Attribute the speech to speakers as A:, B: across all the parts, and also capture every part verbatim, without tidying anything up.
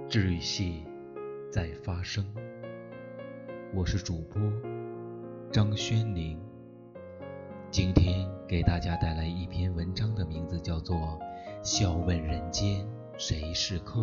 A: 治愈系在发生，我是主播张轩宁。今天给大家带来一篇文章，的名字叫做《笑问人间谁是客》。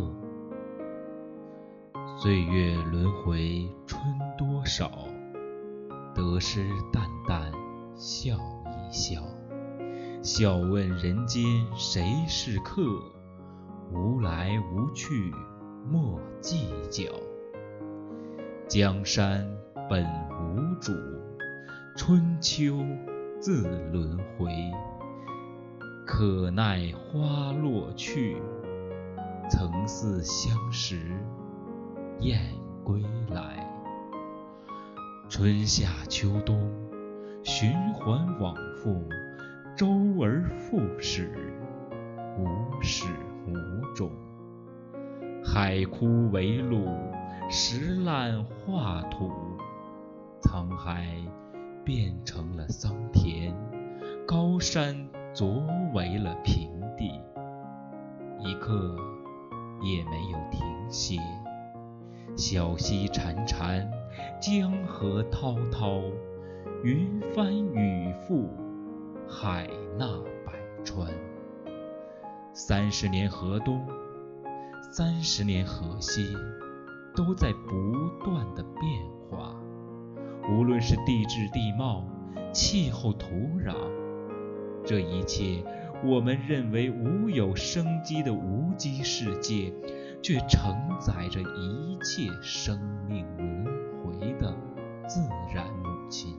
A: 岁月轮回春多少，得失淡淡笑一笑。笑问人间谁是客，无来无去莫计较。江山本无主，春秋自轮回。可奈花落去，曾似相识燕归来。春夏秋冬，循环往复，周而复始，无始无终。海枯为陆，石烂化土，沧海变成了桑田，高山作为了平地，一刻也没有停歇。小溪潺潺，江河滔滔，云翻雨覆，海纳百川。三十年河东，三十年河西，都在不断的变化。无论是地质地貌、气候土壤，这一切我们认为无有生机的无机世界，却承载着一切生命轮回的自然母亲。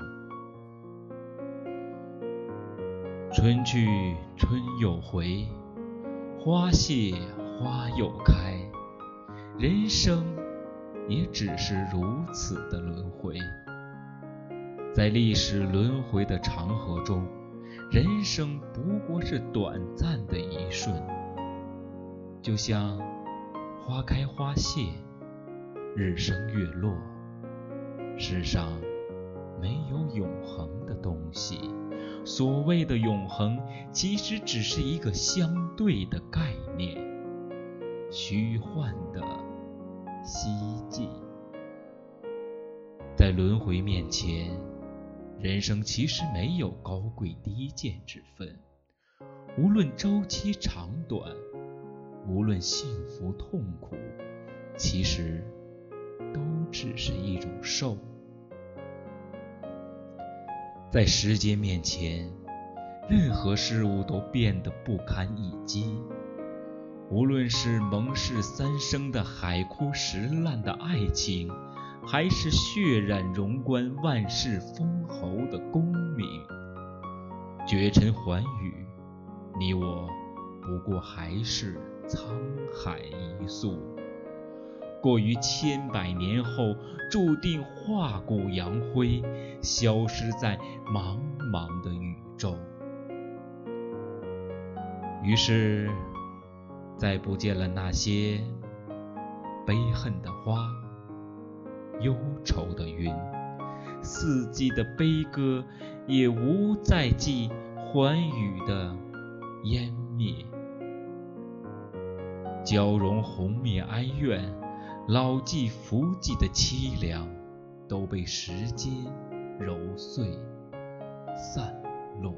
A: 春去春又回，花谢花又开，人生也只是如此的轮回。在历史轮回的长河中，人生不过是短暂的一瞬，就像花开花谢，日升月落。世上没有永恒的东西，所谓的永恒其实只是一个相对的概念，虚幻的希冀。在轮回面前，人生其实没有高贵低贱之分，无论周期长短，无论幸福痛苦，其实都只是一种受。在时间面前，任何事物都变得不堪一击，无论是盟誓三生的海枯石烂的爱情，还是血染荣冠万世封侯的功名，绝尘寰宇，你我不过还是沧海一粟，过于千百年后，注定化骨扬灰，消失在茫茫的宇宙。于是再不见了那些悲恨的花，忧愁的云，四季的悲歌也无再记寰宇的湮灭。交融红灭哀怨，老骥伏楫的凄凉，都被时间揉碎散落。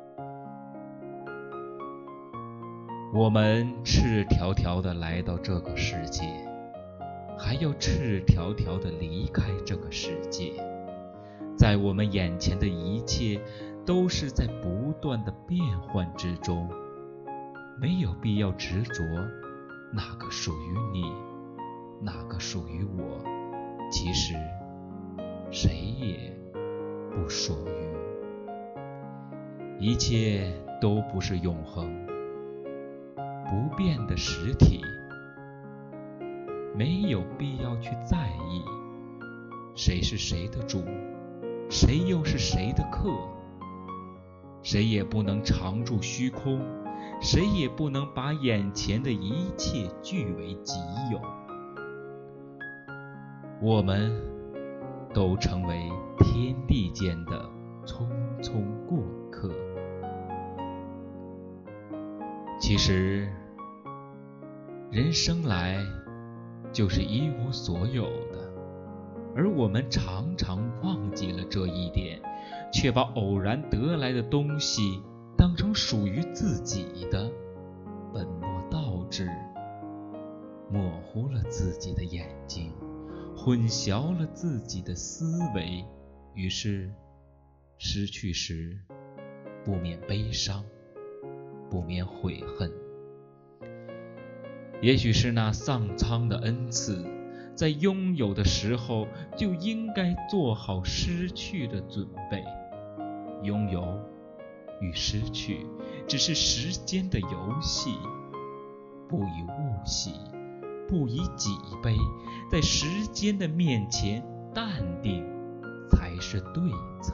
A: 我们赤条条地来到这个世界，还要赤条条地离开这个世界。在我们眼前的一切都是在不断的变换之中，没有必要执着哪个属于你，哪个属于我，其实谁也不属于。一切都不是永恒不变的实体，没有必要去在意谁是谁的主，谁又是谁的客。谁也不能常驻虚空，谁也不能把眼前的一切据为己有。我们都成为天地间的匆匆过客。其实人生来就是一无所有的，而我们常常忘记了这一点，却把偶然得来的东西当成属于自己的，本末倒置，模糊了自己的眼睛，混淆了自己的思维，于是失去时不免悲伤，不免悔恨。也许是那丧苍的恩赐，在拥有的时候就应该做好失去的准备。拥有与失去只是时间的游戏，不以物喜，不以己悲，在时间的面前淡定才是对策。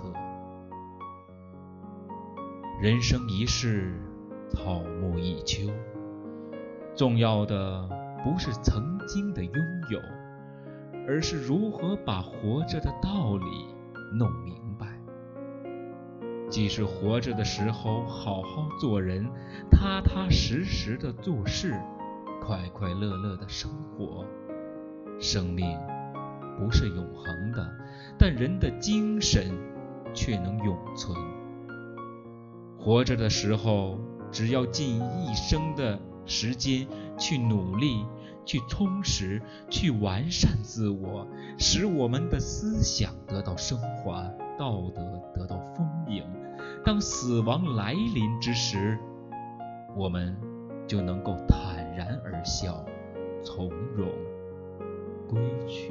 A: 人生一世，草木一秋，重要的不是曾经的拥有，而是如何把活着的道理弄明白。即使活着的时候好好做人，踏踏实实的做事，快快乐乐的生活。生命不是永恒的，但人的精神却能永存。活着的时候，只要尽一生的时间去努力，去充实，去完善自我，使我们的思想得到升华，道德得到丰盈。当死亡来临之时，我们就能够坦然而笑，从容归去。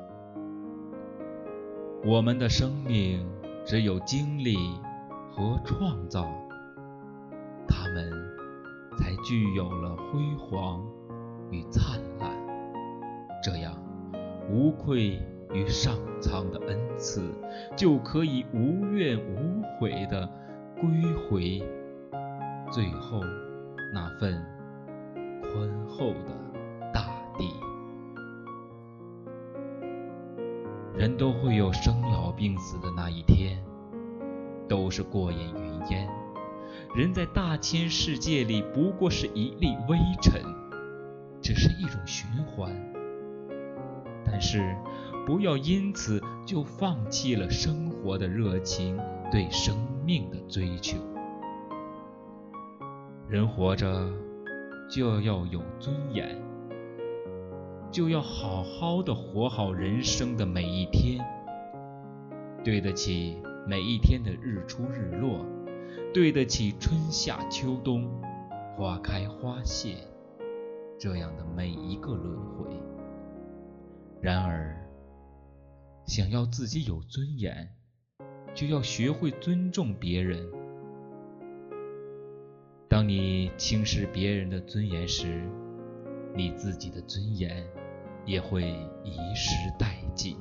A: 我们的生命只有经历和创造，它们才具有了辉煌与灿烂，这样无愧于上苍的恩赐，就可以无怨无悔地归回最后那份宽厚的大地。人都会有生老病死的那一天，都是过眼云烟。人在大千世界里不过是一粒微尘，只是一种循环。但是不要因此就放弃了生活的热情，对生命的追求。人活着就要有尊严，就要好好的活好人生的每一天，对得起每一天的日出日落，对得起春夏秋冬，花开花谢这样的每一个轮回。然而，想要自己有尊严，就要学会尊重别人。当你轻视别人的尊严时，你自己的尊严也会遗失殆尽。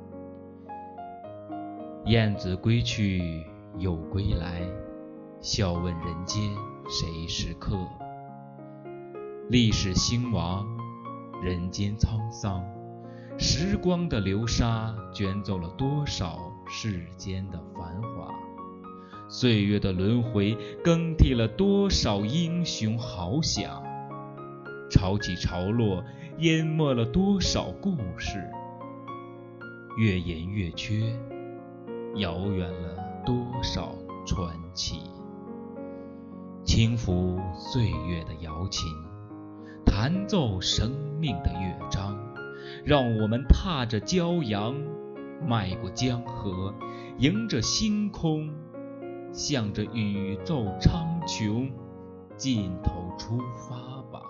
A: 雁子归去又归来，笑问人间谁是客。历史兴亡，人间沧桑，时光的流沙卷走了多少世间的繁华，岁月的轮回更替了多少英雄豪侠，潮起潮落淹没了多少故事，越演越缺，遥远了多少传奇。轻抚岁月的瑶琴，弹奏生命的乐章，让我们踏着骄阳，迈过江河，迎着星空，向着宇宙苍穹尽头出发吧。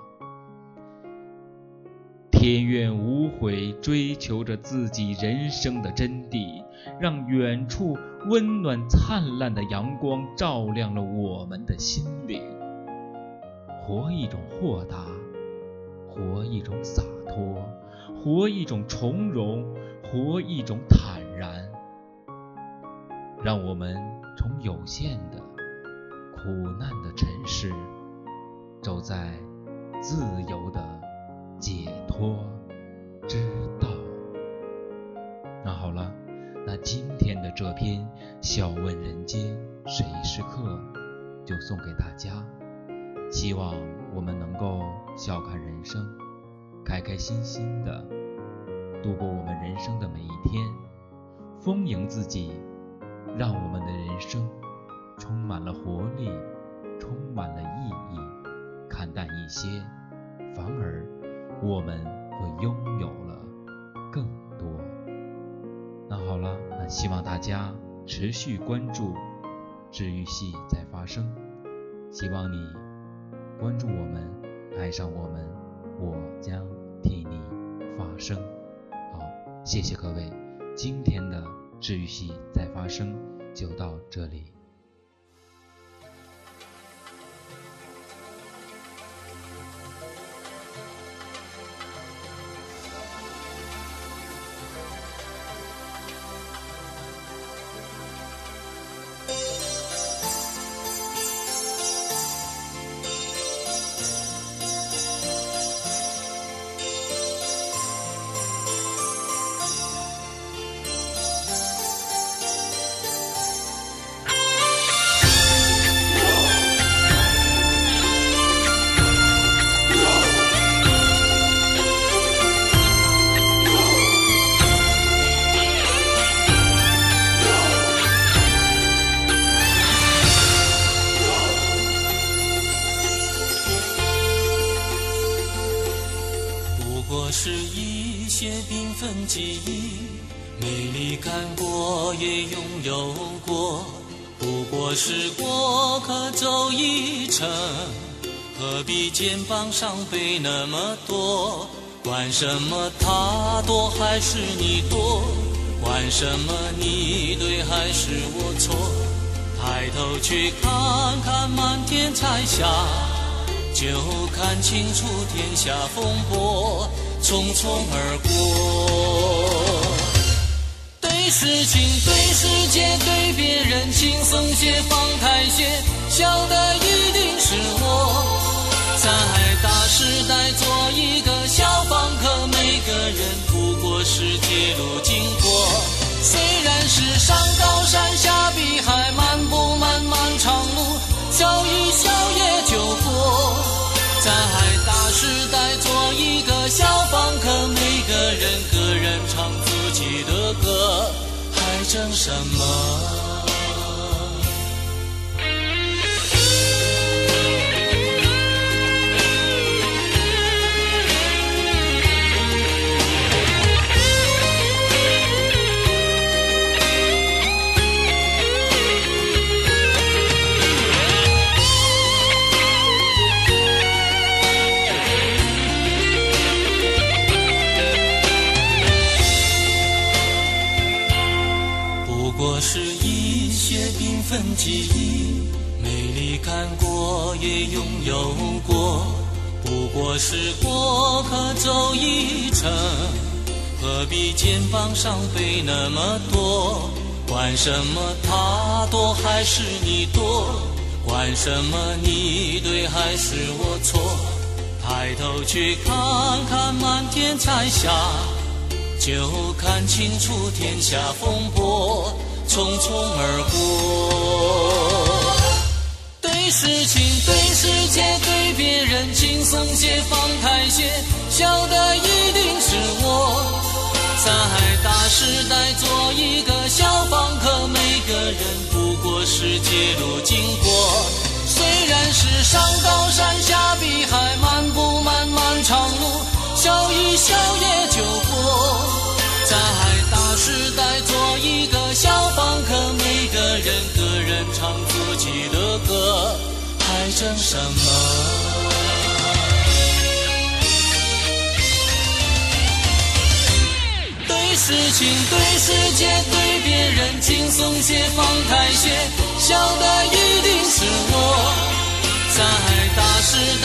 A: 天愿无悔，追求着自己人生的真谛，让远处温暖灿烂的阳光照亮了我们的心灵。活一种豁达，活一种洒脱，活一种从容，活一种坦然。让我们从有限的苦难的尘世，走在自由的解脱之道。那好了，那今天的这篇笑问人间谁是客就送给大家，希望我们能够笑看人生， 开开心心的度过我们人生的每一天，丰盈自己，让我们的人生充满了活力，充满了意义，看淡一些，反而我们会拥有了更多。那好了，那希望大家持续关注治愈系在发生，希望你关注我们，爱上我们，我将替你发声。好，谢谢各位，今天的治愈系在发生就到这里。
B: 是一些缤纷记忆，美丽看过也拥有过，不过是过客走一程，何必肩膀上背那么多？管什么他多还是你多，管什么你对还是我错，抬头去看看满天彩霞，就看清楚天下风波匆匆而过。对事情对世界对别人轻松些放开些，笑的一定是我。在大时代做一个小访客，每个人不过是街路经过。虽然是上高山下碧海，漫步漫漫长路，笑一笑也就过。在大时代做一个小访客，每个人个人唱自己的歌，还争什么？是一些缤纷记忆，美丽看过也拥有过，不过是过客走一程，何必肩膀上背那么多？管什么他多还是你多，管什么你对还是我错，抬头去看看满天彩霞，就看清楚天下风波匆匆而过。对事情对世界对别人轻松些放开些，笑的一定是我。在大时代做一个小访客，每个人不过是街路经过。虽然是上高山下碧海，漫步漫漫长路，笑一笑也就过。在大时代做一个小访客，每个人个人唱自己的歌，还争什么？对事情对世界对别人轻松些放开些，笑的一定是我。在大时